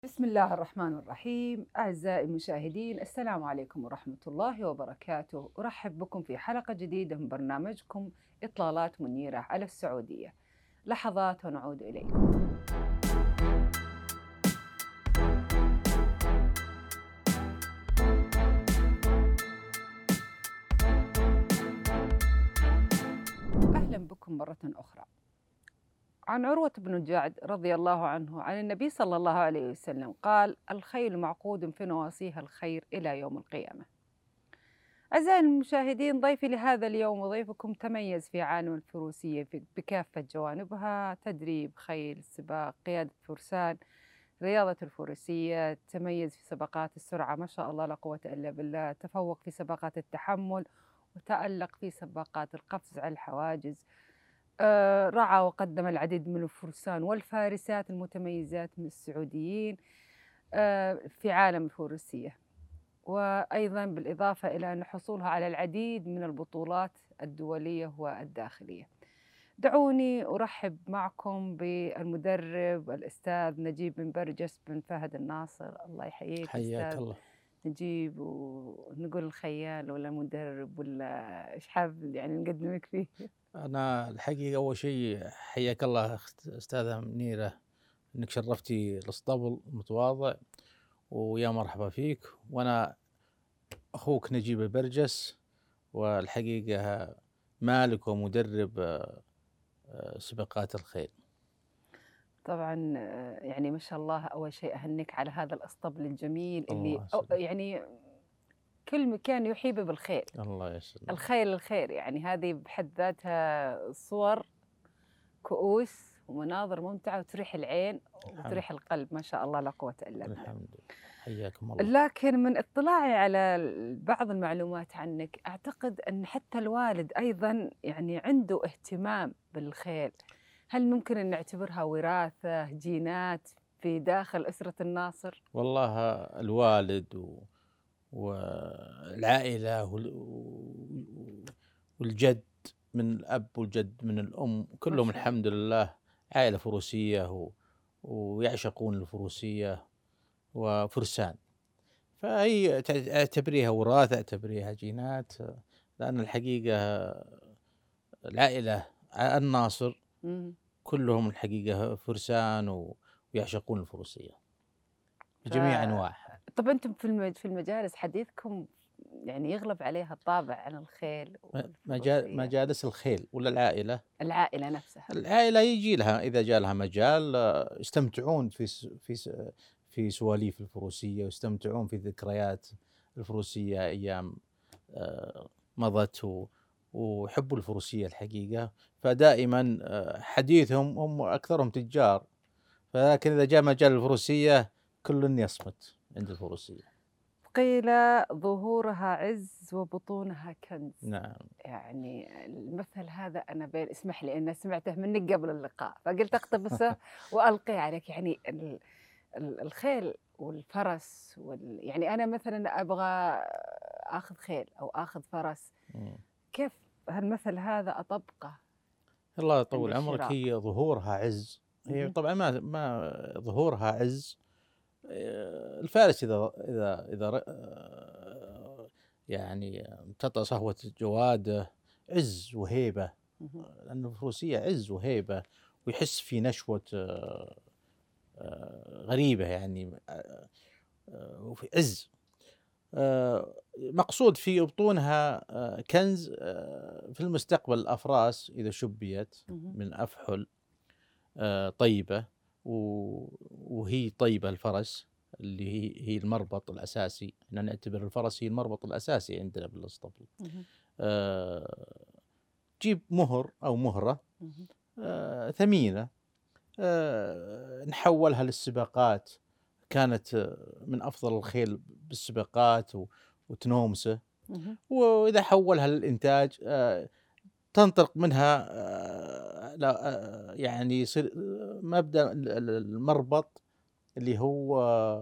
بسم الله الرحمن الرحيم. أعزائي المشاهدين، السلام عليكم ورحمة الله وبركاته. أرحب بكم في حلقة جديدة من برنامجكم إطلالات منيرة على السعودية. لحظات ونعود إليكم. أهلا بكم مرة أخرى. عن عروة بن الجعد رضي الله عنه عن النبي صلى الله عليه وسلم قال: الخيل معقود في نواصيها الخير إلى يوم القيامة. أعزائي المشاهدين، ضيفي لهذا اليوم وضيفكم تميز في عالم الفروسية بكافة جوانبها: تدريب خيل، سباق، قيادة فرسان، رياضة الفروسية. تميز في سباقات السرعة ما شاء الله لا قوة إلا بالله، تفوق في سباقات التحمل، وتألق في سباقات القفز على الحواجز. رعى وقدم العديد من الفرسان والفارسات المتميزات من السعوديين في عالم الفروسية، وأيضا بالإضافة إلى أن حصولها على العديد من البطولات الدولية والداخلية. دعوني أرحب معكم بالمدرب الأستاذ نجيب بن برجس بن فهد الناصر. الله يحييك حياك أستاذ الله. نجيب، ونقول الخيال ولا مدرب ولا إيش حاب يعني نقدمك فيه؟ أنا الحقيقة أول شيء حياك الله أستاذة منيرة، إنك شرفتي الاسطبل المتواضع، ويا مرحبا فيك. وأنا أخوك نجيب البرجس، والحقيقة مالك ومدرب سباقات الخيل. طبعا يعني ما شاء الله، أول شيء أهنيك على هذا الأسطبل الجميل اللي الله يسلمك. يعني كل مكان يحيي بالخير. الله يسلمك. الخير يعني هذه بحد ذاتها صور، كؤوس ومناظر ممتعة وتريح العين الحمد وتريح القلب، ما شاء الله لا قوة إلا بالله. الحمد لله. حياكم الله. لكن من اطلاعي على بعض المعلومات عنك، أعتقد أن حتى الوالد أيضا يعني عنده اهتمام بالخيل. هل ممكن أن نعتبرها وراثة جينات في داخل أسرة الناصر؟ والله الوالد والعائلة والجد من الأب والجد من الأم ما كلهم شاء الله. الحمد لله عائلة فروسية ويعشقون الفروسية وفرسان. فهي أعتبريها وراثة، أعتبريها جينات، لأن الحقيقة العائلة الناصر مم. كلهم الحقيقة فرسان ويعشقون الفروسية ف... بجميع أنواعها. طب أنتم في المجالس حديثكم يعني يغلب عليها الطابع عن الخيل والفروسية؟ مجالس الخيل ولا العائلة؟ العائلة نفسها. العائلة يجي لها إذا جاء لها مجال، يستمتعون في سواليف الفروسية، ويستمتعون في ذكريات الفروسية أيام مضت، ويحبوا الفروسية الحقيقة. فدائما حديثهم هم أكثرهم تجار، فلكن إذا جاء مجال الفروسية كل يصمت عند الفروسية. قيل ظهورها عز وبطونها كنز. نعم. يعني المثل هذا أنا بين اسمح لي أن سمعته منك قبل اللقاء، فقلت أقتبسه وألقي عليك. يعني الخيل والفرس يعني أنا مثلا أبغى آخذ خيل أو آخذ فرس، مم. كيف هالمثل هذا أطبقه الله عند يطول عمرك. الشراء؟ هي ظهورها عز، هي مهم. طبعا ما ظهورها عز. الفارس يعني امتطى صهوة جواده عز وهيبة، مهم. لأن الفروسية عز وهيبة، ويحس في نشوة غريبة يعني، وفي عز. مقصود في بطونها كنز في المستقبل. الأفراس إذا شبيت مهم. من أفحل طيبة، وهي طيبة الفرس اللي هي المربط الأساسي. احنا نعتبر الفرس هي المربط الأساسي عندنا بالاسطبل. مهم. تجيب مهر أو مهرة مهم. ثمينة، نحولها للسباقات. كانت من أفضل الخيل بالسباقات وتنومسه. مهم. وإذا حولها للإنتاج تنطلق منها يعني يصير مبدأ المربط، اللي هو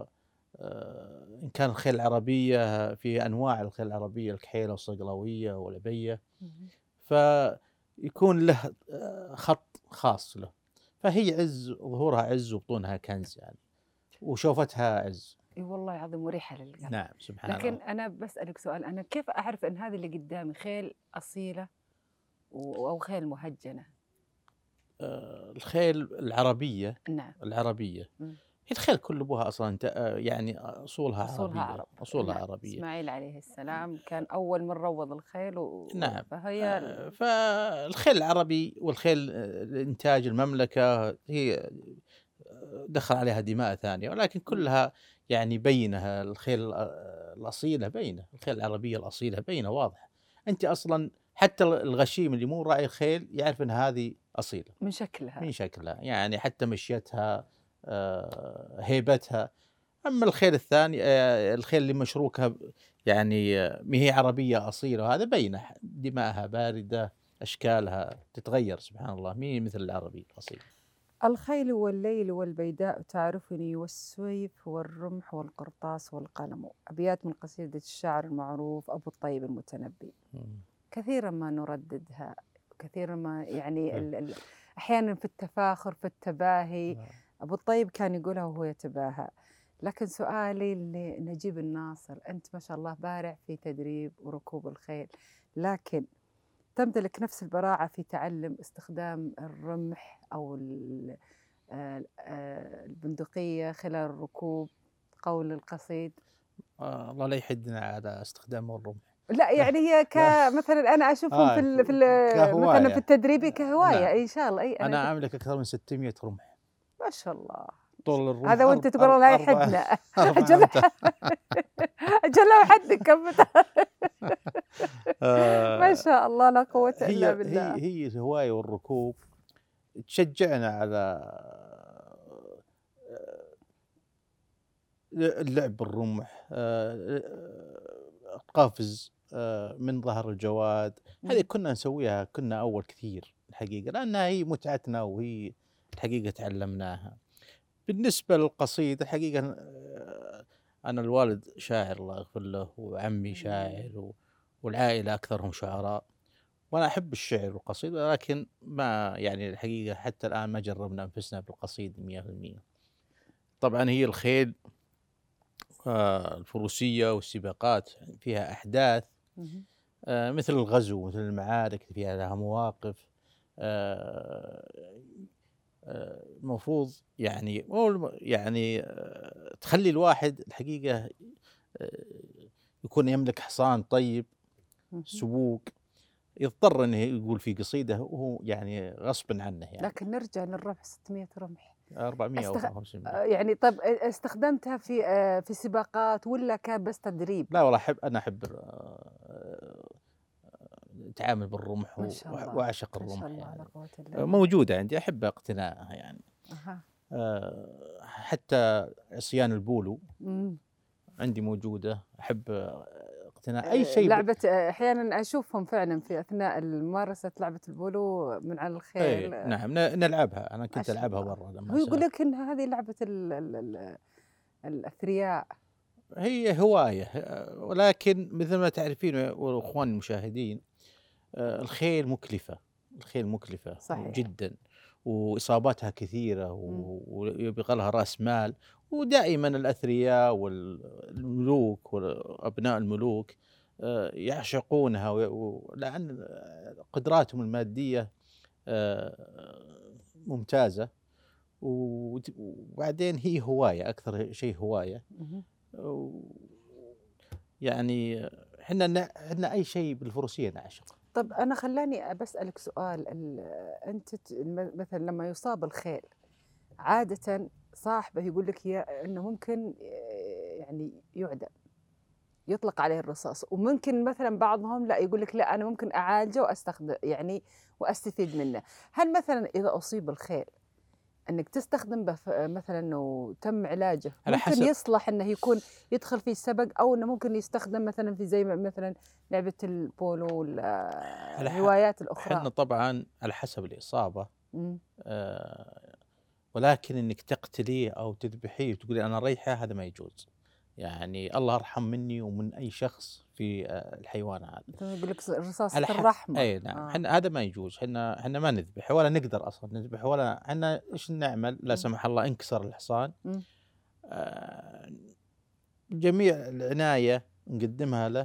إن كان الخيل العربية في أنواع الخيل العربية، الكحيلة والصقلاوية والعبية، مهم. فيكون له خط خاص له. فهي عز، ظهورها عز وبطونها كنز يعني. وشوفتها عز. اي والله العظيم مريحة للقلب. نعم سبحان لكن الله. أنا بسألك سؤال، أنا كيف أعرف أن هذه اللي قدامي خيل أصيلة أو خيل مهجنة؟ الخيل العربية، نعم. العربية مم. هي الخيل كل أبوها أصلا يعني أصولها أصولها عربية، عرب. أصولها نعم. عربية. إسماعيل عليه السلام كان أول من روض الخيل نعم. فهي فالخيل العربي والخيل إنتاج المملكة هي دخل عليها دماء ثانية، ولكن كلها يعني بينها. الخيل الأصيلة بينه، الخيل العربية الأصيلة بينه واضحة. أنت أصلا حتى الغشيم اللي مو راعي الخيل يعرف أن هذه أصيلة من شكلها. من شكلها، يعني حتى مشيتها، هيبتها. أما الخيل الثاني، الخيل اللي مشروكها يعني ما هي عربية أصيلة، وهذا بينه دماءها باردة، أشكالها تتغير سبحان الله، مي مثل العربي الأصيل. الخيل والليل والبيداء تعرفني، والسيف والرمح والقرطاس والقلم. أبيات من قصيدة الشاعر المعروف أبو الطيب المتنبي. كثيرا ما نرددها، كثيرا ما يعني أحيانا في التفاخر في التباهي. أبو الطيب كان يقولها وهو يتباهى. لكن سؤالي لنجيب الناصر، أنت ما شاء الله بارع في تدريب وركوب الخيل، لكن تمتلك نفس البراعة في تعلم استخدام الرمح أو البندقية خلال الركوب، قول القصيد. الله لا يحدنا على استخدام الرمح. لا يعني هي مثلا أنا أشوفهم في مثلا في التدريب كهواية. نعم. إن شاء الله. أي أنا أملك أكثر من 600 رمح. ما شاء الله. طول الرمح هذا وأنت تقول لا يحدنا. أجل حدك كم. ما شاء الله لا قوة إلا بالله. هي الهواية والركوب تشجعنا على اللعب بالرمح، قفز من ظهر الجواد. هذه كنا نسويها، كنا أول كثير الحقيقة، لأنها هي متعتنا وهي الحقيقة تعلمناها. بالنسبة للقصيدة الحقيقة، أنا الوالد شاعر الله يغفر له، وعمي شاعر، والعائلة أكثرهم شعراء، وأنا أحب الشعر والقصيدة، لكن ما يعني الحقيقة حتى الآن ما جربنا أنفسنا بالقصيدة 100%. طبعا هي الخيل الفروسية والسباقات فيها أحداث، مثل الغزو، مثل المعارك فيها لها مواقف. المفروض يعني تخلي الواحد الحقيقة يكون يملك حصان طيب سبوق، يضطر انه يقول في قصيده وهو يعني غصبا عنه يعني. لكن نرجع للرمح 600 رمح 400 أو 500 يعني. طب استخدمتها في سباقات ولا كان بس تدريب؟ لا والله أنا أحب أتعامل بالرمح وأعشق الرمح يعني. موجودة عندي، أحب اقتنائها يعني. حتى عصيان البولو عندي موجودة، أحب اقتناء أي شيء. لعبة أحيانا أشوفهم فعلا في أثناء ممارسة لعبة البولو من على الخيل. نعم نلعبها، أنا كنت ألعبها برا لما هو يقول لك إن هذه لعبة الأثرياء. هي هواية، ولكن مثل ما تعرفين وأخوان المشاهدين، الخيل مكلفة، الخيل مكلفة صحيح. جدا، وإصاباتها كثيرة، ويبقى لها رأس مال. ودائما الأثرياء والملوك وأبناء الملوك يعشقونها، لأن قدراتهم المادية ممتازة، وبعدين هي هواية، أكثر شيء هواية. يعني احنا أي شيء بالفروسية نعشق. طب أنا خلاني بسألك سؤال. أنت مثلا لما يصاب الخيل عادة صاحبه يقول لك إنه ممكن يعني يعدم، يطلق عليه الرصاص، وممكن مثلا بعضهم لا يقول لك لا أنا ممكن أعالجه وأستخدم يعني وأستفيد منه. هل مثلا إذا أصيب الخيل انك تستخدم مثلا انه تم علاجه ممكن يصلح انه يدخل في السبق، او انه ممكن يستخدم مثلا في زي مثلا لعبه البولو والهوايات الاخرى؟ احنا طبعا على حسب الاصابه، ولكن انك تقتليه او تذبحيه وتقولي انا ريحه، هذا ما يجوز. يعني الله يرحم مني ومن اي شخص في الحيوان هذا. يقول لك رصاص الرحمه. اي نعم. احنا هذا ما يجوز. احنا ما نذبح ولا نقدر اصلا نذبح، ولا احنا ايش نعمل لا سمح الله انكسر الحصان. آه، جميع العناية نقدمها له،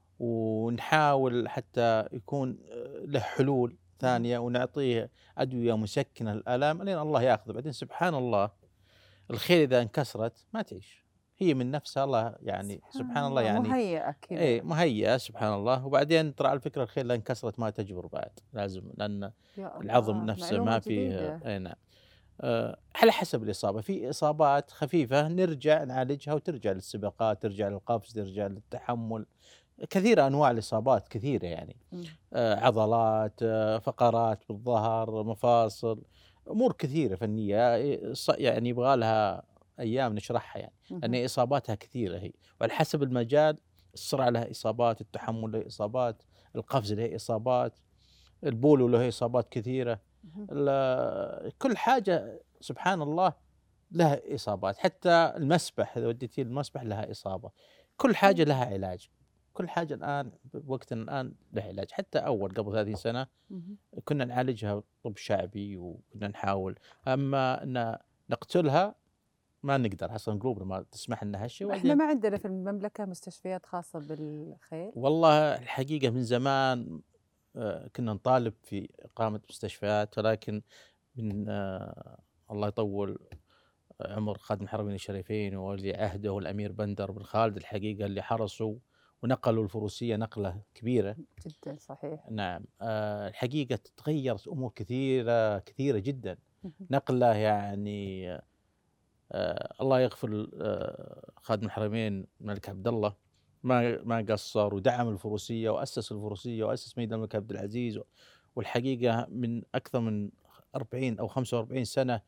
ونحاول حتى يكون له حلول ثانية، ونعطيه أدوية مسكنة للآلام لين الله ياخذه. بعدين سبحان الله الخيل إذا انكسرت ما تعيش، هي من نفسها الله يعني سبحان سبحان الله الله، يعني مهيئة إيه كذا. مهيئة سبحان الله. وبعدين ترى على فكرة الخيل إذا انكسرت ما تجبر بعد، لازم، لأن يا العظم الله، نفسه معلومة ما فيه جديدة. أي نعم. على حسب الإصابة، في إصابات خفيفة نرجع نعالجها وترجع للسباقات، ترجع للقفز، ترجع للتحمل. كثيرة أنواع الإصابات كثيرة يعني، مم. عضلات، فقرات بالظهر، مفاصل، أمور كثيرة فنية، يعني يبغى لها أيام نشرحها يعني، لأن مهم. إصاباتها كثيرة هي، وعلى حسب المجال. السرعة لها إصابات، التحمل له إصابات، القفز له إصابات، البولو له إصابات كثيرة. مهم. كل حاجة سبحان الله لها إصابات، حتى المسبح إذا وديتي المسبح لها إصابة. كل حاجة أكيد. لها علاج، كل حاجة الآن بوقتنا الآن لها علاج. حتى أول قبل 30 سنة مهم. كنا نعالجها طب شعبي، وكنا نحاول، أما أن نقتلها ما نقدر، أصلا قلوبنا ما تسمح لنا هالشيء. احنا وبعدين ما عندنا في المملكة مستشفيات خاصة بالخيل. والله الحقيقة من زمان كنا نطالب في إقامة مستشفيات، ولكن من الله يطول عمر خادم الحرمين الشريفين وولي عهده والأمير بندر بن خالد الحقيقة اللي حرصوا ونقلوا الفروسية نقلة كبيرة. جدا صحيح. نعم، الحقيقة تغيرت أمور كثيرة كثيرة جدا، مهم. نقلة يعني. الله يغفر خادم الحرمين الملك عبد الله، ما قصر ودعم الفروسية وأسس الفروسية وأسس ميدان الملك عبد العزيز. والحقيقة من أكثر من 40 أو 45 سنة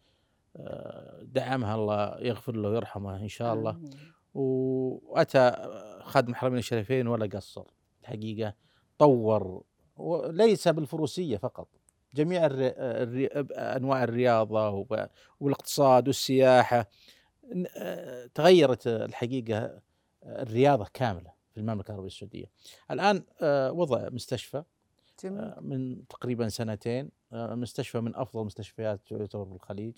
دعمها، الله يغفر له ويرحمه إن شاء الله. آمين. وأتى خادم الحرمين الشريفين ولا قصر الحقيقة، طور، وليس بالفروسية فقط، جميع أنواع الرياضة والاقتصاد والسياحة. تغيرت الحقيقة الرياضة كاملة في المملكة العربية السعودية. الآن وضع مستشفى جميل. من تقريبا سنتين، مستشفى من أفضل مستشفيات تعتبر بالخليج،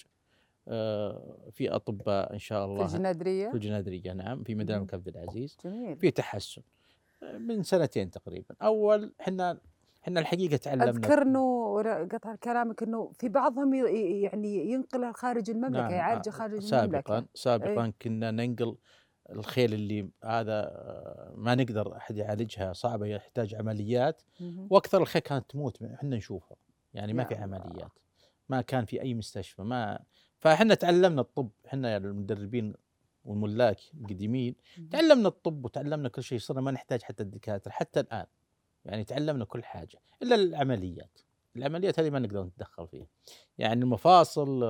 في أطباء إن شاء في الله الجنادرية. في الجنادرية، نعم، في ميدان مهم. الملك عبد العزيز. جميل. في تحسن من سنتين تقريبا. أول إحنا الحقيقة تعلمنا. أذكر إنه قطع كلامك إنه في بعضهم يعني ينقلها خارج المملكة، نعم، يعالجها خارج سابقا المملكة. إيه. كنا ننقل الخيل اللي هذا ما نقدر أحد يعالجها، صعبة، يحتاج عمليات، مهم. وأكثر الخيل كانت تموت إحنا نشوفها، يعني ما يا في الله. عمليات، ما كان في أي مستشفى، ما. فإحنا تعلمنا الطب، إحنا المدربين والملاك القديمين مهم. تعلمنا الطب وتعلمنا كل شيء، صرنا ما نحتاج حتى الدكاترة حتى الآن، يعني تعلمنا كل حاجة إلا العمليات. العمليات هذه ما نقدر نتدخل فيها، يعني المفاصل،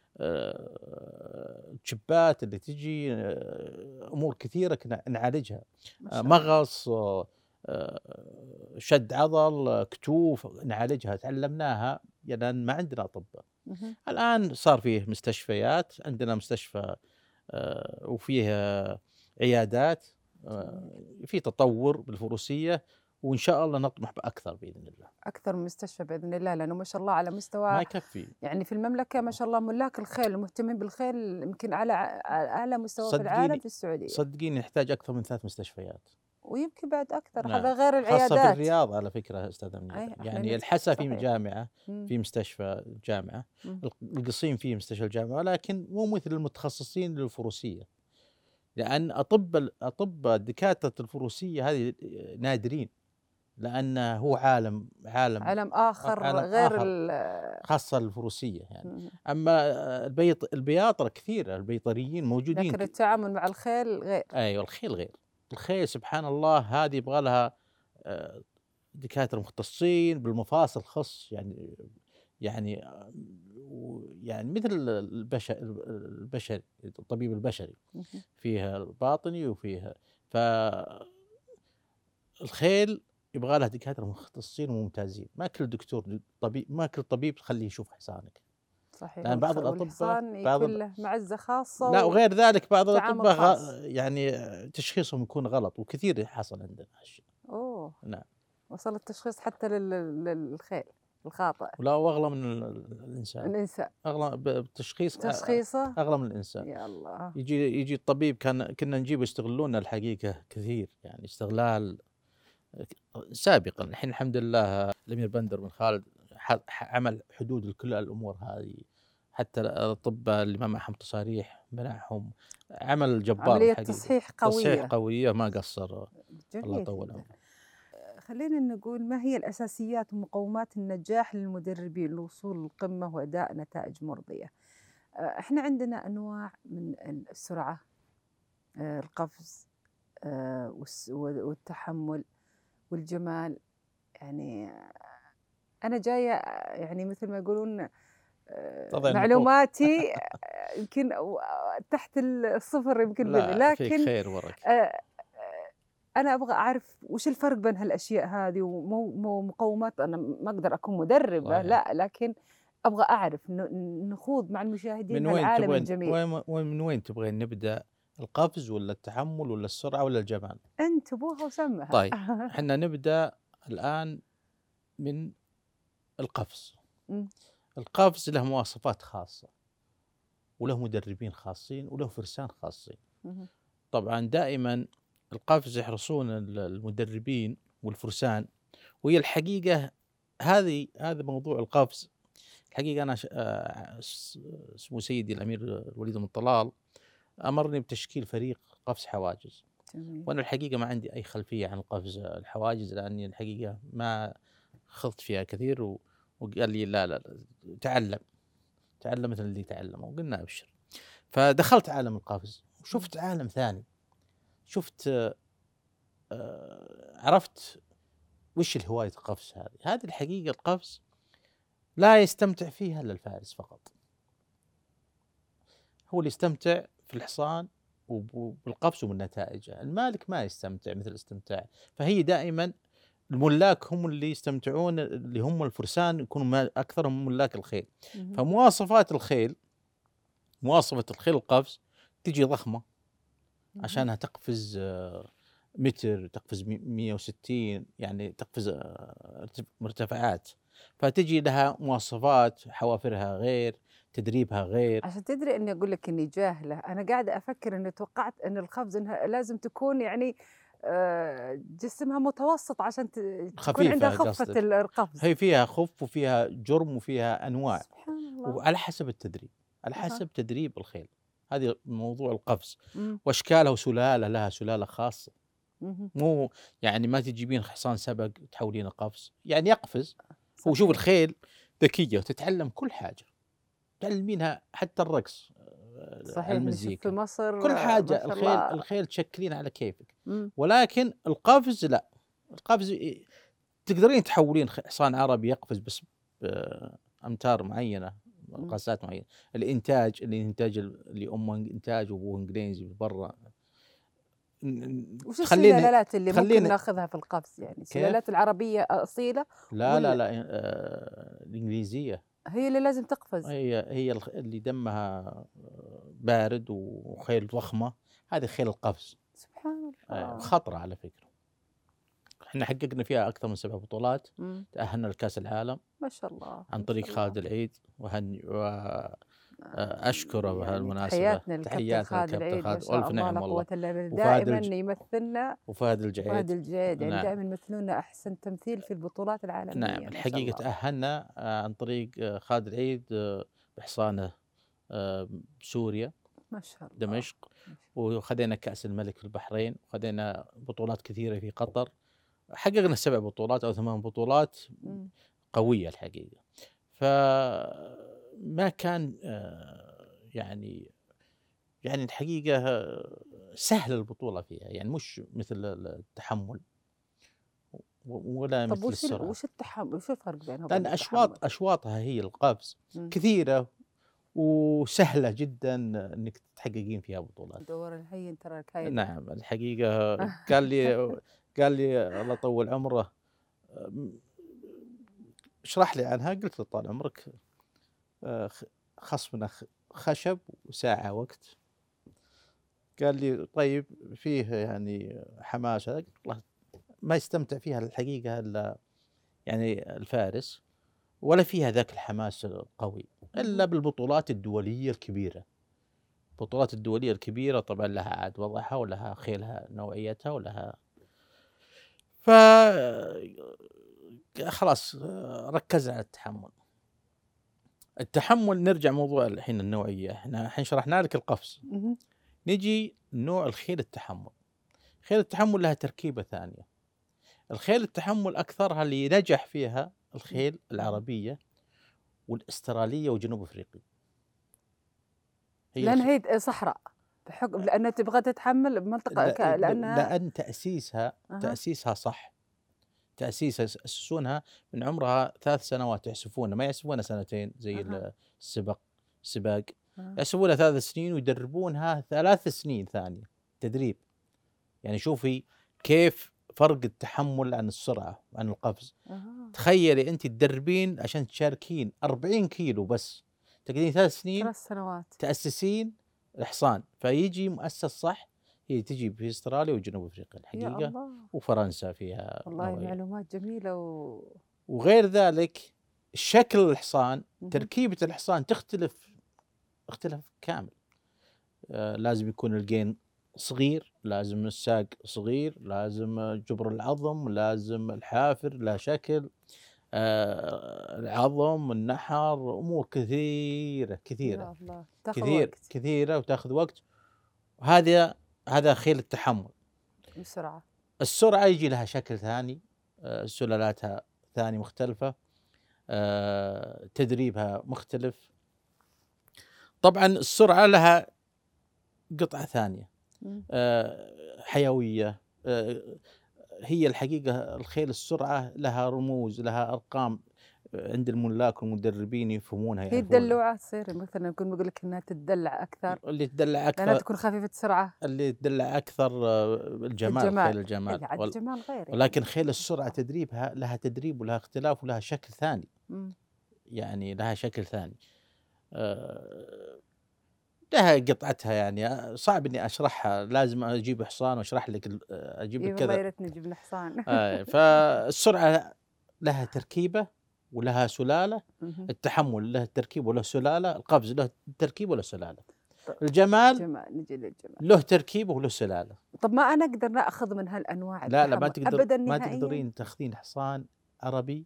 الشبات اللي تجي، أمور كثيرة كنا نعالجها، ما شاء الله. مغص، شد عضل، كتوف نعالجها، تعلمناها لأن ما عندنا أطباء. مهم. الآن صار فيه مستشفيات، عندنا مستشفى وفيه عيادات، جميل. في تطور بالفروسية، وإن شاء الله نطمح بأكثر بإذن الله. أكثر من مستشفى بإذن الله، لأنه ما شاء الله على ما مستوى يكفي. يعني في المملكة ما شاء الله ملاك الخيل المهتمين بالخيل يمكن على أعلى مستوى في العالم صدقيني في السعودية. صدقيني نحتاج أكثر من 3 مستشفيات. ويمكن بعد أكثر، نعم، هذا غير خاصة في العيادات. الرياض على فكرة أستاذ أمير، أي احنا يعني الحسا في صحيح. جامعة، مم. في مستشفى الجامعة، مم. القصيم فيه مستشفى الجامعة، ولكن مو مثل المتخصصين للفروسية، لأن أطباء دكاترة الفروسية هذه نادرين، لأن هو عالم عالم آخر عالم غير آخر خاصة الفروسية يعني. مم. أما البياطرة كثيرة، البيطريين موجودين لكن التعامل مع الخيل غير. أيوة، الخيل غير. الخيل سبحان الله هذه يبغى لها آه، دكاترة مختصين بالمفاصل خص، يعني يعني مثل البشري، الطبيب البشري، مم. فيها الباطني وفيها. فالخيل يبغى لها دكاترة مختصين وممتازين، ما كل دكتور طبيب، ما كل طبيب تخليه يشوف حصانك، صحيح. لأن بعض الأطباء والحصان يكون له معزة لا، خاصة وغير ذلك بعض وتعامل الأطباء خاص. يعني تشخيصهم يكون غلط، وكثير حصل عندنا هالشيء. أوه. نعم. وصل التشخيص حتى للخيل. الخاطئ ولا واغلى من الانسان، الإنسان اغلى بالتشخيص، تشخيصه. اغلى من الانسان. يا الله. يجي الطبيب، كنا نجيب يستغلون الحقيقه كثير، يعني استغلال سابقا. الحين الحمد لله الامير بندر بن خالد عمل حدود لكل الامور هذه، حتى الاطباء اللي ما معهم تصاريح منعهم، عمل جبار عملية الحقيقه، تصحيح تصحيح قوية. قويه ما قصر. الله جميل يطول جدا. عمره. خلينا نقول، ما هي الأساسيات ومقومات النجاح للمدربين للوصول للقمة وأداء نتائج مرضية؟ احنا عندنا أنواع من السرعة، القفز، والتحمل والجمال. يعني أنا جاية يعني مثل ما يقولون معلوماتي يمكن تحت الصفر يمكن مني، لا فيك لكن خير وبركة. أنا أبغى أعرف وش الفرق بين هالأشياء هذه ومو مقومات. أنا ما أقدر أكون مدربة صحيح. لا، لكن أبغى أعرف نخوض مع المشاهدين هالعالم الجميل. من وين تبغين نبدأ؟ القفز ولا التحمل ولا السرعة ولا الجمال؟ أنت أبوها وسمها. طيب احنا نبدأ الآن من القفز. القفز له مواصفات خاصة، وله مدربين خاصين، وله فرسان خاصين. طبعا دائما القفز يحرصون المدربين والفرسان، وهي الحقيقة هذا موضوع القفز. الحقيقة أنا اسمه سيدي الأمير الوليد بن طلال أمرني بتشكيل فريق قفز حواجز. وأنا الحقيقة ما عندي أي خلفية عن القفز الحواجز، لأني الحقيقة ما خضت فيها كثير. وقال لي لا تعلم مثل اللي تعلمه، وقلنا أبشر. فدخلت عالم القفز وشفت عالم ثاني، شفت عرفت وش الهواية القفز هذه الحقيقة. القفز لا يستمتع فيها إلا الفارس فقط، هو اللي يستمتع في الحصان وبالقفز ومن نتائجه. المالك ما يستمتع مثل الاستمتاع. فهي دائما الملاك هم اللي يستمتعون، اللي هم الفرسان يكونوا أكثرهم ملاك الخيل. فمواصفات الخيل، مواصفة الخيل القفز تجي ضخمة عشانها تقفز متر، تقفز 160، يعني تقفز مرتفعات. فتجي لها مواصفات، حوافرها غير، تدريبها غير. عشان تدري اني اقول لك اني جاهله، انا قاعده افكر اني توقعت ان القفز انها لازم تكون يعني جسمها متوسط عشان تكون عندها خفه القفز. هي فيها خف وفيها جرم وفيها انواع. سبحان الله. وعلى حسب التدريب، على حسب تدريب الخيل. هذه موضوع القفز. واشكالها وسلاله، لها سلاله خاصه. مو يعني ما تجيبين حصان سبق تحولين قفز، يعني يقفز. هو شوف الخيل ذكيه وتتعلم كل حاجه، تعلمينها حتى الرقص، صحيح. المزيكا في مصر كل حاجه. الخيل تشكلين على كيفك. ولكن القفز لا، القفز تقدرين تحولين حصان عربي يقفز بس بأمتار معينه، مقاسات معينه. الانتاج اللي امه انتاج وابوه انجليزي برا. وش السلالات اللي ممكن ناخذها في القفز؟ يعني السلالات العربيه اصيله؟ لا الانجليزيه هي اللي لازم تقفز. هي اللي دمها بارد وخيل ضخمه. هذه خيل القفز. سبحان الله. خطره على فكره. احنا حققنا فيها اكثر من 7 بطولات. تاهلنا لكاس العالم ما شاء الله عن طريق خالد العيد. أشكره بهالمناسبة. تحياتنا للكابتن خالد، والف نعم والله. دائما يمثلنا. وفهد الجعيد يعني نعم. دائما يمثلون أحسن تمثيل في البطولات العالمية. نعم. الحقيقة تأهلنا عن طريق خالد العيد بحصانه بسوريا، ما شاء الله، دمشق. وخذينا كأس الملك في البحرين، وخذينا بطولات كثيرة في قطر. حققنا 7 بطولات أو 8 بطولات قوية الحقيقة. فما كان يعني الحقيقة سهل البطولة فيها، يعني مش مثل التحمل ولا مثل السرعة. وش التحمل؟ وش الفرق بينهم؟ لأن أشواطها هي القفز كثيرة وسهلة جدا إنك تحققين فيها بطولات. دور الهين ترى الكايد. نعم الحقيقة قال لي الله يطول عمره اشرح لي عنها. قلت له طال عمرك خصمنا خشب وساعة وقت. قال لي طيب فيه يعني حماسة. قلت والله ما يستمتع فيها الحقيقة إلا يعني الفارس. ولا فيها ذاك الحماس القوي إلا بالبطولات الدولية الكبيرة. البطولات الدولية الكبيرة طبعا لها عاد وضعها ولها خيلها نوعيتها ولها. ف خلاص ركزنا على التحمل. التحمل نرجع موضوع الحين النوعية، احنا الحين شرحنا لك القفز، نجي نوع الخيل التحمل. خيل التحمل لها تركيبة ثانية. الخيل التحمل أكثرها اللي نجح فيها الخيل العربية والأسترالية وجنوب أفريقيا. لأن هي صحراء بحكم لأنها تبغى تتحمل بمنطقة لأنها لأن تأسيسها صح. تأسيسها يأسسونها من عمرها 3 سنوات، يحسبونها ما يحسبونها سنتين زي السباق. يحسبونها 3 سنين ويدربونها 3 سنين ثانية تدريب. يعني شوفي كيف فرق التحمل عن السرعة عن القفز. تخيلي أنت تدربين عشان تشاركين 40 كيلو بس، تقعدين 3 سنين 3 سنوات تأسسين الحصان. فيجي مؤسس صح. هي تجي في استراليا وجنوب افريقيا الحقيقه، وفرنسا فيها والله معلومات جميله وغير ذلك شكل الحصان، تركيبه الحصان تختلف كامل. لازم يكون الجين صغير، لازم الساق صغير، لازم جبر العظم، لازم الحافر له شكل، العظم، النحر، امور كثيره يا الله. كثيره وتاخذ وقت. هذا خيل التحمل. السرعه يجي لها شكل ثاني، سلالاتها ثاني مختلفه، تدريبها مختلف. طبعا السرعه لها قطعه ثانيه، حيويه. هي الحقيقه الخيل السرعه لها رموز، لها ارقام عند الملاك والمدربين يفهمونها. هي الدلوعه تصير مثلا نكون بقول لك انها تدلع اكثر، اللي تدلع اكثر لانها تكون خفيفه السرعه، اللي تدلع اكثر الجمال. خيل الجمال الجمال غير ولكن خيل السرعه تدريبها لها تدريب ولها اختلاف ولها شكل ثاني. يعني لها شكل ثاني، لها قطعتها. يعني صعب اني اشرحها، لازم اجيب حصان واشرح لك، اجيب لك كذا. يا ريت نجيب لنا حصان. فالسرعه لها تركيبه ولها سلاله، التحمل له تركيب وله سلاله، القفز له تركيب وله سلاله، الجمال نجي للجمال له تركيب وله سلاله. طب ما انا اقدر ناخذ من هالانواع؟ لا ما تقدر ابدا ما تقدرين تاخذين حصان عربي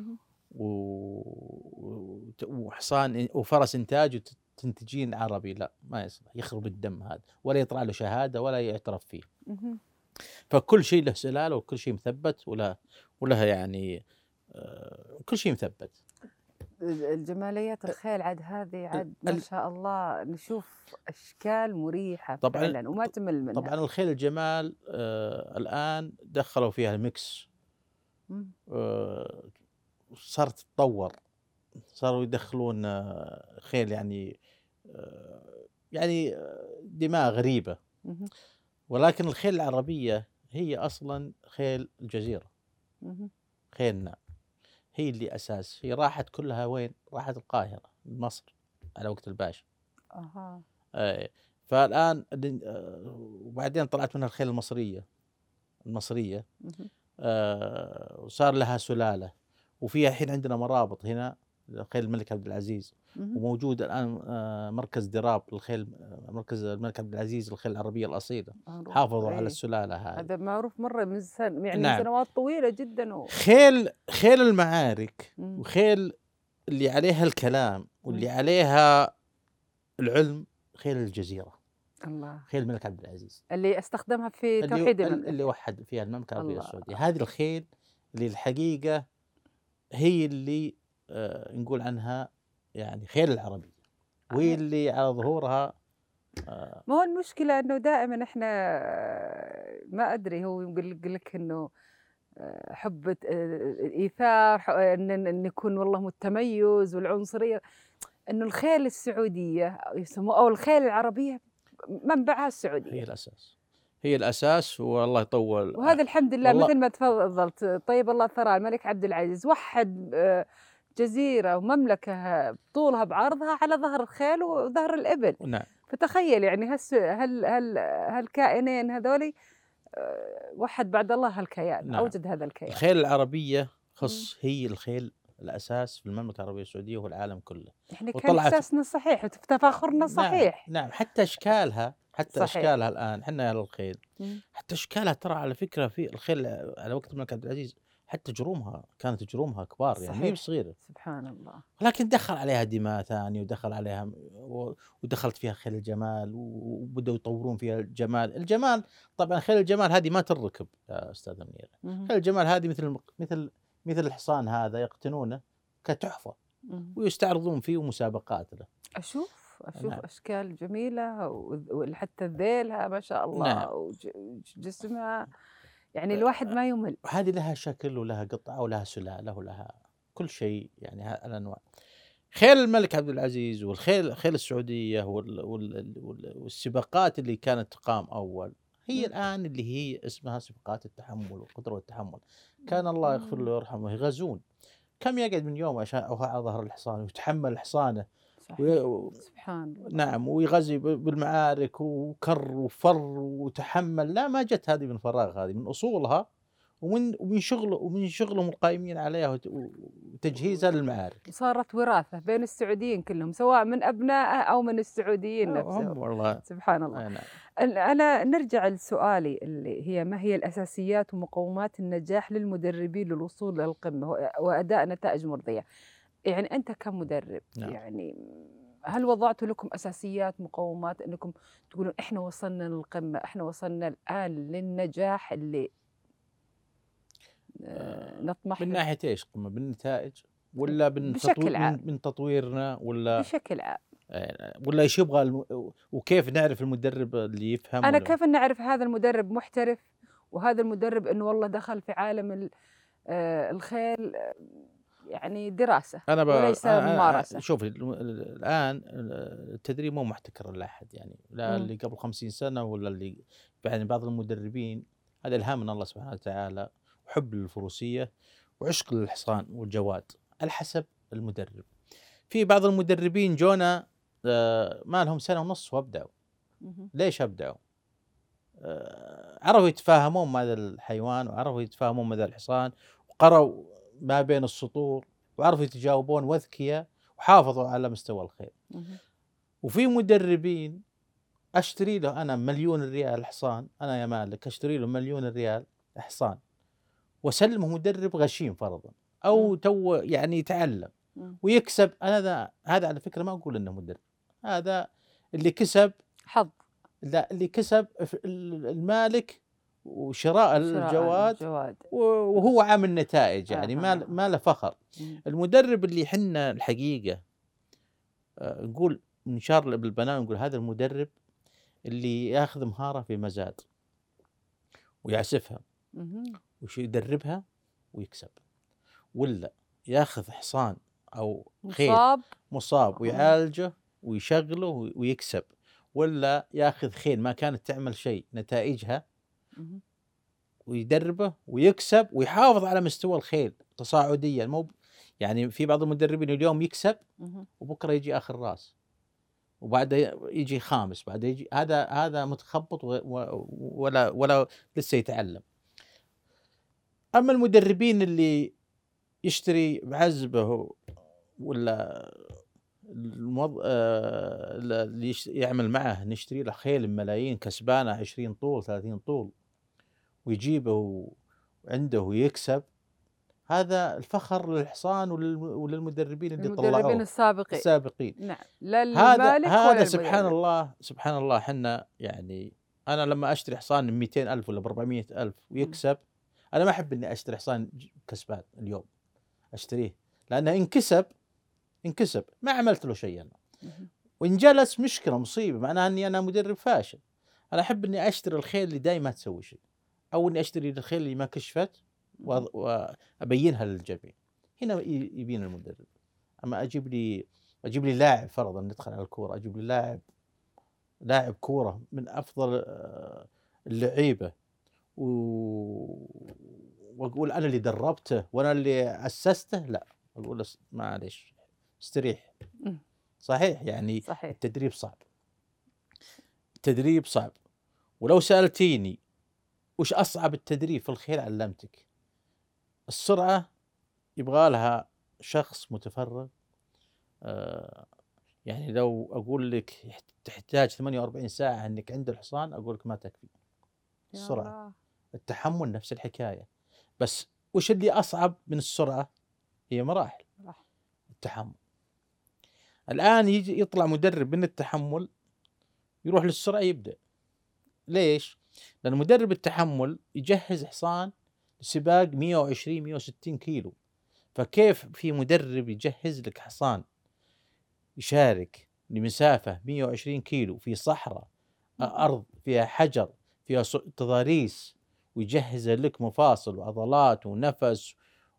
وحصان وفرس انتاج وتنتجين عربي، لا ما يصلح، يخرب الدم هذا، ولا يطلع له شهاده ولا يعترف فيه. فكل شيء له سلاله وكل شيء مثبت ولها يعني كل شيء مثبت. الجماليات الخيل عاد هذه عاد ما شاء الله نشوف اشكال مريحه فعلا وما تمل منها. طبعا الخيل الجمال الان دخلوا فيها الميكس، صارت تتطور، صاروا يدخلون خيل يعني دماء غريبه. ولكن الخيل العربيه هي اصلا خيل الجزيره، خيلنا هي اللي أساس. هي راحت كلها وين؟ راحت القاهرة، مصر على وقت الباشا. فالآن وبعدين طلعت منها الخيل المصرية وصار لها سلالة، وفيها الحين عندنا مرابط هنا خيل الملك عبد العزيز، وموجود الآن مركز دراب الخيل، مركز الملك عبد العزيز للخيل العربية الأصيلة. حافظوا على السلالة هذا معروف مرة من يعني سنوات طويلة جدا. خيل المعارك وخيل اللي عليها الكلام واللي عليها العلم، خيل الجزيرة. الله. خيل الملك عبد العزيز اللي استخدمها في توحيد المملكة، اللي وحد فيها المملكة العربية السعودية. هذه الخيل اللي الحقيقة هي اللي نقول عنها يعني خيل العربية، وهي اللي على ظهورها. ما هو المشكلة انه دائما احنا ما ادري، هو يقول لك انه حب الايثار، ان يكون والله متميز، والعنصرية، انه الخيل السعودية يسموه او الخيل العربية منبعها السعودية، هي الاساس والله يطول. وهذا الحمد لله مثل ما تفضلت. طيب الله ثرى الملك عبد العزيز وحد جزيرة ومملكة بطولها بعرضها على ظهر الخيل وظهر الإبل. نعم. فتخيل يعني هالكائنين هذولي وحد بعد الله هالكيان. نعم. أوجد هذا الكيان. الخيل العربية هي الخيل الأساس في المملكة العربية السعودية والعالم كله. إحنا كان وطلعت إحساسنا صحيح وتفاخرنا نعم، صحيح. نعم، حتى أشكالها صحيح. الآن حنا أهل الخيل، حتى أشكالها ترى على فكرة في الخيل على وقت الملك عبد العزيز حتى جرومها كانت جرومها كبار يعني ما هي صحيح. بصغيرة، سبحان الله. ولكن دخل عليها دماء ثانية ودخل عليها ودخلت فيها خيل الجمال وبدأوا يطورون فيها الجمال طبعا خيل الجمال هذه ما تركب يا أستاذ أمير، خيل الجمال هذه مثل الحصان هذا يقتنونه كتحفة ويستعرضون فيه ومسابقات له. أشوف نعم. أشكال جميلة وحتى ذيلها ما شاء الله نعم. وجسمها يعني الواحد ما يمل. هذه لها شكل ولها قطعة ولها سلالة ولها كل شيء يعني الأنواع. خيل الملك عبد العزيز خيل السعودية والسباقات اللي كانت تقام أول هي الآن اللي هي اسمها سباقات التحمل والقدرة والتحمل. كان الله يغفر له ويرحمه يغزون كم يقعد من يوم عشان على ظهر الحصان ويتحمل حصانه. سبحان الله. نعم ويغزي بالمعارك وكر وفر وتحمل. لا ما جت هذه من فراغ، هذه من أصولها ومن شغلهم القائمين عليها وتجهيزها للمعارك. صارت وراثة بين السعوديين كلهم سواء من أبنائه أو من السعوديين نفسهم. والله سبحان الله. نعم. أنا نرجع لسؤالي اللي هي ما هي الأساسيات ومقومات النجاح للمدربين للوصول للقمة وأداء نتائج مرضية؟ يعني أنت كمدرب نعم. يعني هل وضعتوا لكم أساسيات مقومات أنكم تقولون إحنا وصلنا للقمة، إحنا وصلنا الآن للنجاح اللي نطمح من له؟ ناحية إيش قمة؟ بالنتائج ولا بشكل عام. من تطويرنا ولا بشكل عام. ولا إيش يبغى وكيف نعرف المدرب اللي يفهم؟ أنا كيف نعرف هذا المدرب محترف وهذا المدرب إنه والله دخل في عالم الخيل يعني دراسة وليس ممارسة. شوف الآن التدريب مو محتكر لأحد يعني لا اللي قبل 50 سنة ولا اللي يعني بعض المدربين هذا إلهام من الله سبحانه وتعالى وحب للفروسية وعشق للحصان والجواد على حسب المدرب. في بعض المدربين جونا ما لهم سنة ونص وابدعوا. ليش أبدعوا؟ عرفوا يتفاهمون مع هذا الحيوان وعرفوا يتفاهمون مع هذا الحصان وقرأوا ما بين السطور وعرفوا يتجاوبون واذكياء وحافظوا على مستوى الخيل. وفي مدربين أشتري له أنا $1,000,000 حصان، أنا يا مالك أشتري له $1,000,000 حصان وسلمه مدرب غشيم فرضا أو تو يعني يتعلم ويكسب. أنا هذا على فكرة ما أقول إنه مدرب، هذا اللي كسب حظ. لا اللي كسب المالك وشراء الجواد وهو عامل نتائج يعني ما له فخر. المدرب اللي حنا الحقيقة نقول نشار بالبنان نقول هذا المدرب اللي ياخذ مهارة في مزاد ويعسفها وش يدربها ويكسب، ولا ياخذ حصان أو خيل مصاب ويعالجه ويشغله ويكسب، ولا ياخذ خيل ما كانت تعمل شيء نتائجها ويدربه ويكسب ويحافظ على مستوى الخيل تصاعديا. مو يعني في بعض المدربين اليوم يكسب وبكره يجي اخر راس وبعده يجي خامس بعده يجي هذا متخبط ولا لسه يتعلم. اما المدربين اللي يشتري بعزبه ولا اللي يعمل معه نشتري له خيل بملايين كسبانه 20 طول 30 طول ويجيبه عنده ويكسب، هذا الفخر للحصان وللمدربين اللي طلعوه المدربين السابقين. نعم. لا المالك هذا سبحان الله حنا يعني أنا لما أشتري حصان 200,000 ولا 400,000 ويكسب أنا ما أحب إني أشتري حصان كسبان اليوم أشتريه، لأنه إن كسب ما عملت له شيء أنا، وإن جلس مشكلة مصيبة معناها إني أنا مدرب فاشل. أنا أحب إني أشتري الخيل اللي دايما تسوي شيء أو إني أشتري الخيل اللي ما كشفت وأبينها للجميع. هنا يبين المدرب. أما أجيب لي لاعب فرضا ندخل على الكورة أجيب لي لاعب كورة من أفضل اللعيبة وأقول أنا اللي دربته وأنا اللي أسسته، لا أقول معليش استريح. صحيح يعني صحيح. التدريب صعب. ولو سألتيني وش أصعب التدريب في الخيل علمتك. السرعة يبغى لها شخص متفرغ، يعني لو أقول لك تحتاج 48 ساعة إنك عند الحصان، أقول لك ما تكفي. يا السرعة، الله. التحمل نفس الحكاية. بس وش اللي أصعب من السرعة؟ هي مراحل راح. التحمل. الآن يجي يطلع مدرب من التحمل يروح للسرعة يبدأ. ليش؟ لأن مدرب التحمل يجهز حصان لسباق 120 160 كيلو، فكيف في مدرب يجهز لك حصان يشارك لمسافة 120 كيلو في صحراء، أرض فيها حجر، فيها تضاريس، ويجهز لك مفاصل وعضلات ونفس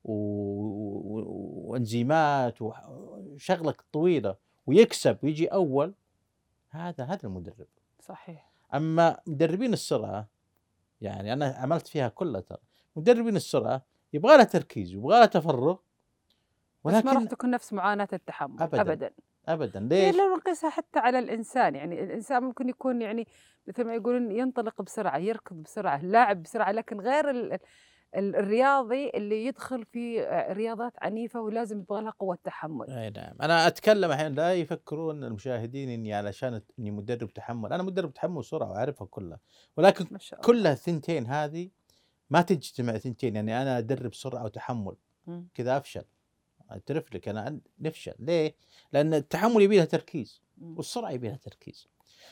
وانزيمات وشغلة طويلة، ويكسب ويجي أول. هذا المدرب. صحيح. أما مدربين السرعة، يعني أنا عملت فيها كلها ترى، مدربين السرعة يبغى له تركيز ويبغى له تفرغ، بس ما راح ولكن تكون نفس معاناة التحمل أبدا أبدا. أبدا. هي ليش؟ لو نقيسها حتى على الإنسان، يعني الإنسان ممكن يكون يعني مثل ما يقولون ينطلق بسرعة، يركض بسرعة، اللاعب بسرعة، لكن غير الرياضي اللي يدخل في رياضات عنيفة ولازم يبغى لها قوة تحمل. أي نعم. أنا أتكلم الحين، لا يفكرون المشاهدين إني علشان إني مدرب تحمل. أنا مدرب تحمل وسرعة وأعرفها كلها، ولكن ما شاء الله. كلها الثنتين هذه ما تجتمع ثنتين. يعني أنا أدرب سرعة وتحمل مم. كذا أفشل، أعترف لك أنا نفشل. ليه؟ لأن التحمل يبي لها تركيز مم. والسرعة يبي لها تركيز.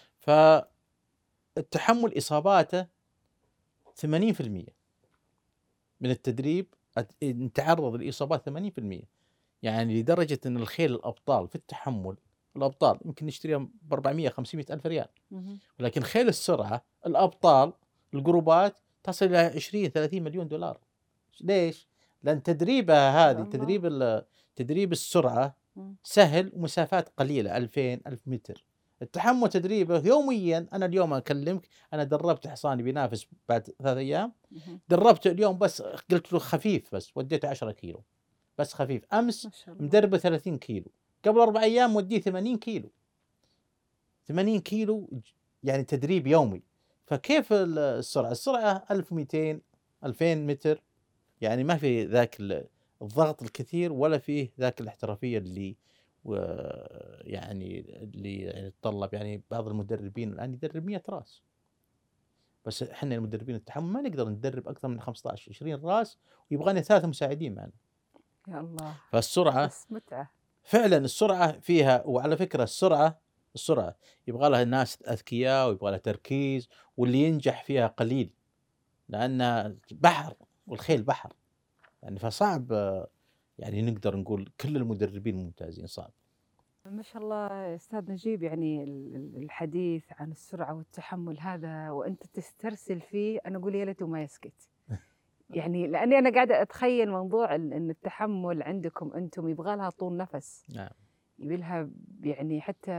فالتحمل إصاباته 80% من التدريب، نتعرض لإصابات 80%. يعني لدرجة أن الخيل الأبطال في التحمل، الأبطال يمكن نشتريهم ب 400 500 ألف ريال، مم. ولكن خيل السرعة الأبطال الجروبات تصل إلى 20 30 مليون دولار. ليش؟ لأن تدريبها يا هذه الله. تدريب السرعة مم. سهل ومسافات قليلة، 2000 1000 متر. التحمل تدريبه يوميا. أنا اليوم أكلمك، أنا دربت حصاني بينافس بعد 3 أيام، مم. دربته اليوم بس قلت له خفيف، بس وديته 10 كيلو بس خفيف. أمس ما شاء الله. مدربه 30 كيلو، قبل 4 أيام وديه 80 كيلو. 80 كيلو يعني تدريب يومي. فكيف السرعة 1200 2000 متر، يعني ما في ذاك الضغط الكثير، ولا فيه ذاك الاحترافية اللي يعني اللي يتطلب. يعني بعض المدربين الآن يدرب 100 راس، بس احنا المدربين التحمل ما نقدر ندرب أكثر من 15 20 راس، ويبغاني 3 مساعدين معنا. يا الله. فالسرعة بس متعة. فعلا، السرعة فيها. وعلى فكرة السرعة يبغى لها ناس أذكياء ويبغى لها تركيز، واللي ينجح فيها قليل، لأنها بحر والخيل بحر. يعني فصعب، يعني نقدر نقول كل المدربين ممتازين، صعب. ما شاء الله أستاذ نجيب، يعني الحديث عن السرعة والتحمل هذا وأنت تسترسل فيه، أنا أقول يا ليته ما يسكت. يعني لأني أنا قاعدة أتخيل موضوع إن التحمل عندكم أنتم يبغى لها طول نفس، نعم يبي لها يعني حتى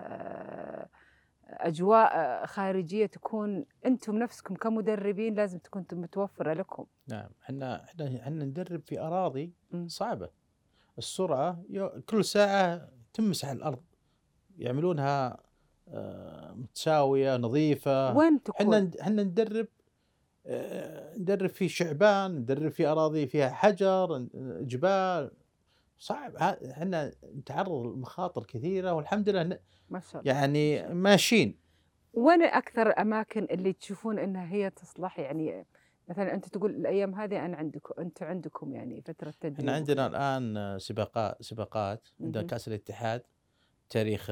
أجواء خارجية تكون أنتم نفسكم كمدربين لازم تكون متوفرة لكم. نعم. احنا ندرب في أراضي مم. صعبة. السرعة كل ساعة تمسح الأرض، يعملونها متساوية نظيفة. وين تكون؟ احنا ندرب في شعبان، ندرب في أراضي فيها حجر، جبال. صعب. احنا نتعرض لمخاطر كثيرة، والحمد لله ما شاء الله. ما يعني شاء الله. ماشيين. وين أكثر أماكن اللي تشوفون إنها هي تصلح؟ يعني مثلا أنت تقول الأيام هذه أنا عندكم، أنتم عندكم يعني فترة احنا تدريب عندنا وكذا. الآن سباقات. عندنا مهم. كأس الاتحاد تاريخ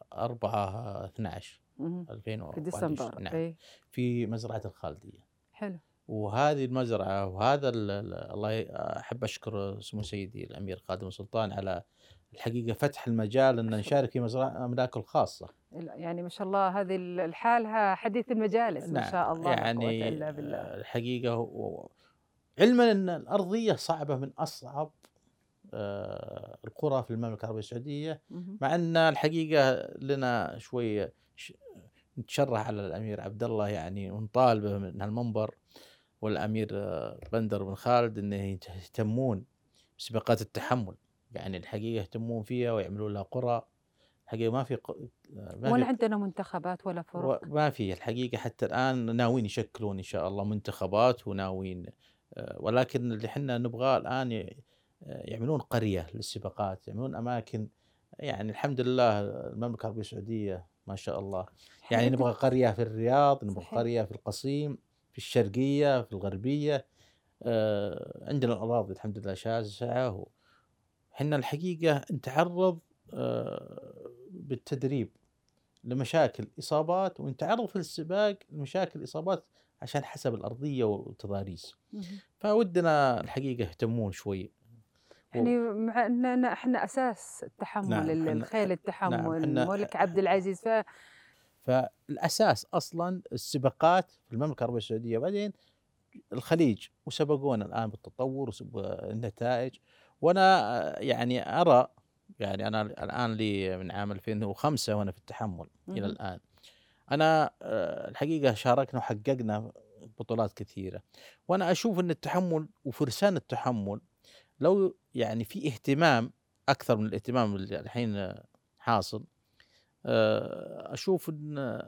4/12 مهم. في 2021. ديسمبر نعم، إيه. في مزرعة الخالدية. حلو. وهذه المزرعة وهذا الله أحب أشكر سمو سيدي الأمير خادم السلطان على الحقيقة فتح المجال أن نشارك في مزرعة أملاكه الخاصة. يعني ما شاء الله هذه الحالها حديث المجالس، ما نعم. شاء الله لا قوة يعني إلا بالله. الحقيقة علما أن الأرضية صعبة، من أصعب القرى في المملكة العربية السعودية، مهم. مع أن الحقيقة لنا شوية نتشرح على الأمير عبد الله، يعني ونطالبه من هالمنبر، والأمير بندر بن خالد، أنه يهتمون بسباقات التحمل. يعني الحقيقة يهتمون فيها ويعملون لها قرى. الحقيقة ما ولا في عندنا منتخبات ولا فرق. ما في الحقيقة حتى الآن ناويين يشكلون إن شاء الله منتخبات، وناويين ولكن اللي حنا نبغاه الآن يعملون قرية للسباقات، يعملون أماكن. يعني الحمد لله المملكة العربية السعودية ما شاء الله، إحنا يعني عندنا نبغى قرية في الرياض، نبغى صحيح. قرية في القصيم، في الشرقية، في الغربية. عندنا الأراضي الحمد لله شاسعة. وحنا الحقيقة نتعرض بالتدريب لمشاكل إصابات، ونتعرض في السباق لمشاكل إصابات عشان حسب الأرضية والتضاريس. اهم. فودنا الحقيقة يهتمون شوي. و يعني مع إننا إحنا أساس التحمُّل نعم الخيل نعم التحمُّل، حنا الملك عبد العزيز فالأساس أصلًا السباقات في المملكة العربية السعودية، وبعدين الخليج وسبقونا الآن بالتطور النتائج. وأنا يعني أرى، يعني أنا الآن لي من عام 2005 وأنا في التحمل إلى اهم. الآن. أنا الحقيقة شاركنا وحققنا بطولات كثيرة. وأنا أشوف أن التحمل وفرسان التحمل لو يعني في اهتمام أكثر من الاهتمام اللي الحين حاصل. أشوف أن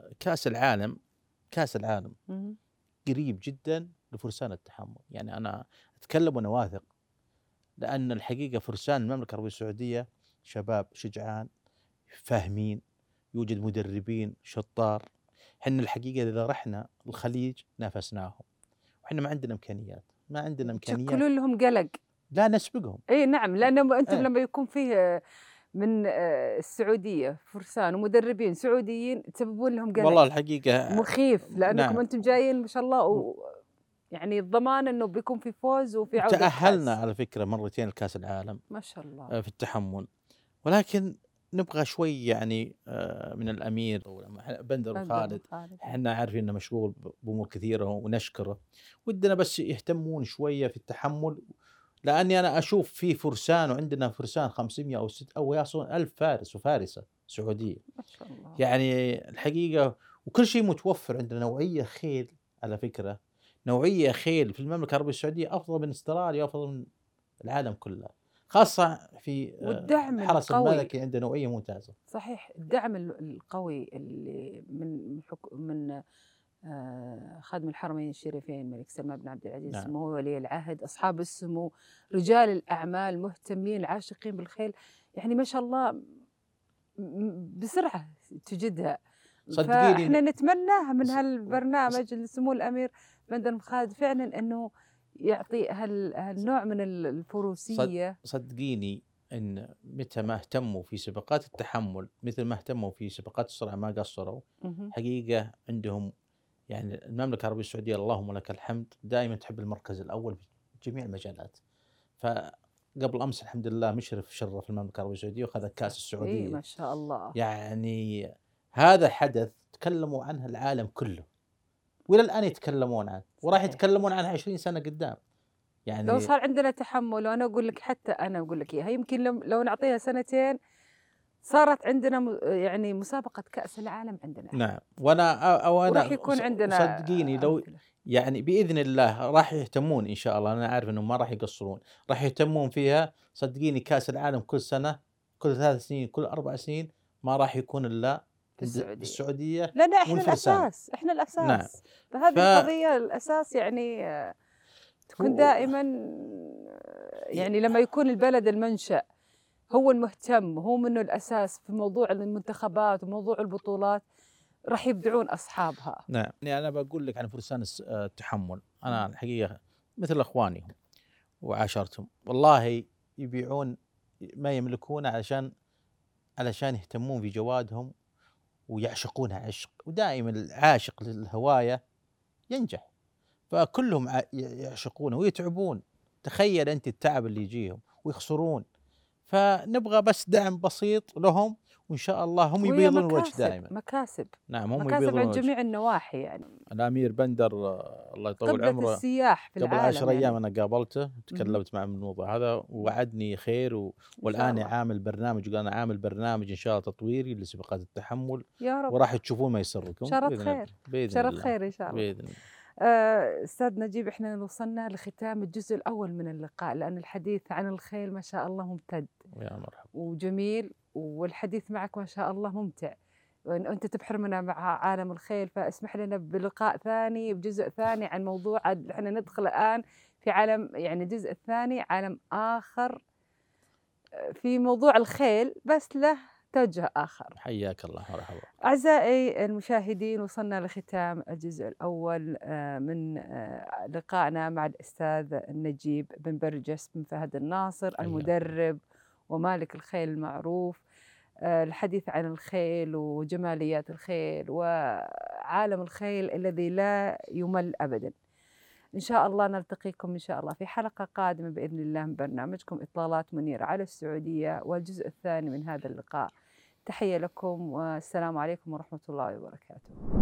كأس العالم اهم. قريب جدًا لفرسان التحمل. يعني أنا أتكلم وأنا واثق، لأن الحقيقة فرسان المملكة العربية السعودية شباب شجعان فاهمين، يوجد مدربين شطار. حنا الحقيقة إذا رحنا الخليج نافسناهم، وحنا ما عندنا إمكانيات، ما عندنا إمكانيات تشكّلون لهم قلق. لا نسبقهم. إي نعم، لأن أنتم إيه لمّا يكون فيه من السعودية فرسان ومدربين سعوديين تسببون لهم قلق والله الحقيقة مخيف، لأنكم نعم. أنتم جايين ما شاء الله و يعني الضمان إنه بيكون في فوز وفي عودة وتأهلنا كأس. على فكرة مرتين لكأس العالم ما شاء الله. في التحمل. ولكن نبغى شوي يعني من الأمير بندر بندر بن وخالد. خالد. احنا عارفين انه مشغول بأمور كثيرة ونشكره. ودنا بس يهتمون شوية في التحمل، لأني أنا أشوف في فرسان، وعندنا فرسان 500 أو 6 أو يصلون 1000 فارس وفارسة سعودية. ما شاء الله. يعني الحقيقة وكل شيء متوفر عندنا. نوعية خيل على فكرة، نوعية خيل في المملكة العربية السعودية أفضل من استراليا وأفضل من العالم كله، خاصة في والدعم الحرس القوي. الملكي عنده نوعية ممتازة. صحيح، الدعم القوي اللي من خادم الحرمين الشريفين الملك سلمان بن عبد العزيز نعم سمو ولي العهد، أصحاب السمو، رجال الأعمال مهتمين العاشقين بالخيل، يعني ما شاء الله بسرعة تجدها. صدقيني فإحنا نتمناها من ص- ص- هالبرنامج اللي سمو الأمير بندر بن خالد فعلًا إنه يعطي هالنوع من الفروسية. صدقيني ان متى ما اهتموا في سباقات التحمل مثل ما اهتموا في سباقات السرعه ما قصروا. اهم. حقيقه عندهم، يعني المملكه العربيه السعوديه اللهم لك الحمد دائما تحب المركز الاول في جميع المجالات. فقبل امس الحمد لله مشرف شرف المملكه العربيه السعوديه وخذ الكاس إيه السعوديه. ما شاء الله. يعني هذا حدث تكلموا عنه العالم كله، والى الان يتكلمون عنه، وراح صحيح. يتكلمون عنه 20 سنه قدام. لو يعني صار عندنا تحمُّل وأنا أقول لك حتى أنا أقول لك إياها، يمكن لو نعطيها سنتين صارت عندنا يعني مسابقة كأس العالم عندنا إحنا، نعم. وراح وانا يكون عندنا صدقيني لو أمثلة. يعني باذن الله راح يهتمون ان شاء الله. انا عارف انهم ما راح يقصرون، راح يهتمون فيها. صدقيني كاس العالم كل سنه، كل 3 سنين، كل 4 سنين، ما راح يكون الا في السعودية، بالسعوديه لأن إحنا والفرسان. الأساس، إحنا نعم. الأساس، ف فهذه القضية الأساس يعني تكون هو دائمًا يعني لمّا يكون البلد المنشأ هو المهتم، هو منه الأساس في موضوع المنتخبات وموضوع البطولات، راح يبدعون أصحابها. نعم. يعني انا بقول لك عن فرسان التحمل. إمم. انا الحقيقه مثل اخواني وعاشرتهم، والله يبيعون ما يملكونه علشان يهتمون في جوادهم ويعشقونها عشق. ودائما العاشق للهواية ينجح. فكلهم يعشقونه ويتعبون. تخيل أنت التعب اللي يجيهم ويخسرون. فنبغى بس دعم بسيط لهم، وإن شاء الله هم وهي يبيضون الوجه مكاسب، دائما. مكاسب، نعم هم مكاسب يبيضون عند الوجه. جميع النواحي يعني. الأمير بندر الله يطول قبلة عمره السياح في قبل العالم 10 أيام يعني. أنا قابلته اهم. وتكلمت معه من الموضوع هذا، ووعدني خير إن شاء والآن الله. عامل برنامج، وقال أنا عامل برنامج إن شاء الله تطويري لسباقات التحمل، يا رب. وراح تشوفون ما يسركم بشارة بإذن الله. خير، بإذن بشارة الله. خير إن شاء الله. بإذن الله. أستاذ نجيب إحنا وصلنا لختام الجزء الأول من اللقاء، لأن الحديث عن الخيل ما شاء الله ممتد يا مرحبا. وجميل، والحديث معك ما شاء الله ممتع. وأنت تبحرنا مع عالم الخيل، فاسمح لنا بلقاء ثاني بجزء ثاني عن موضوع احنا ندخل الآن في عالم، يعني الجزء الثاني عالم آخر في موضوع الخيل بس له توجه آخر. حياك الله، مرحبا. أعزائي المشاهدين، وصلنا لختام الجزء الأول من لقائنا مع الأستاذ نجيب بن برجس بن فهد الناصر، حياك. المدرب ومالك الخيل المعروف. الحديث عن الخيل وجماليات الخيل وعالم الخيل الذي لا يمل أبدا. إن شاء الله نلتقيكم إن شاء الله في حلقة قادمة بإذن الله من برنامجكم إطلالات منيرة على السعودية والجزء الثاني من هذا اللقاء. تحية لكم والسلام عليكم ورحمة الله وبركاته.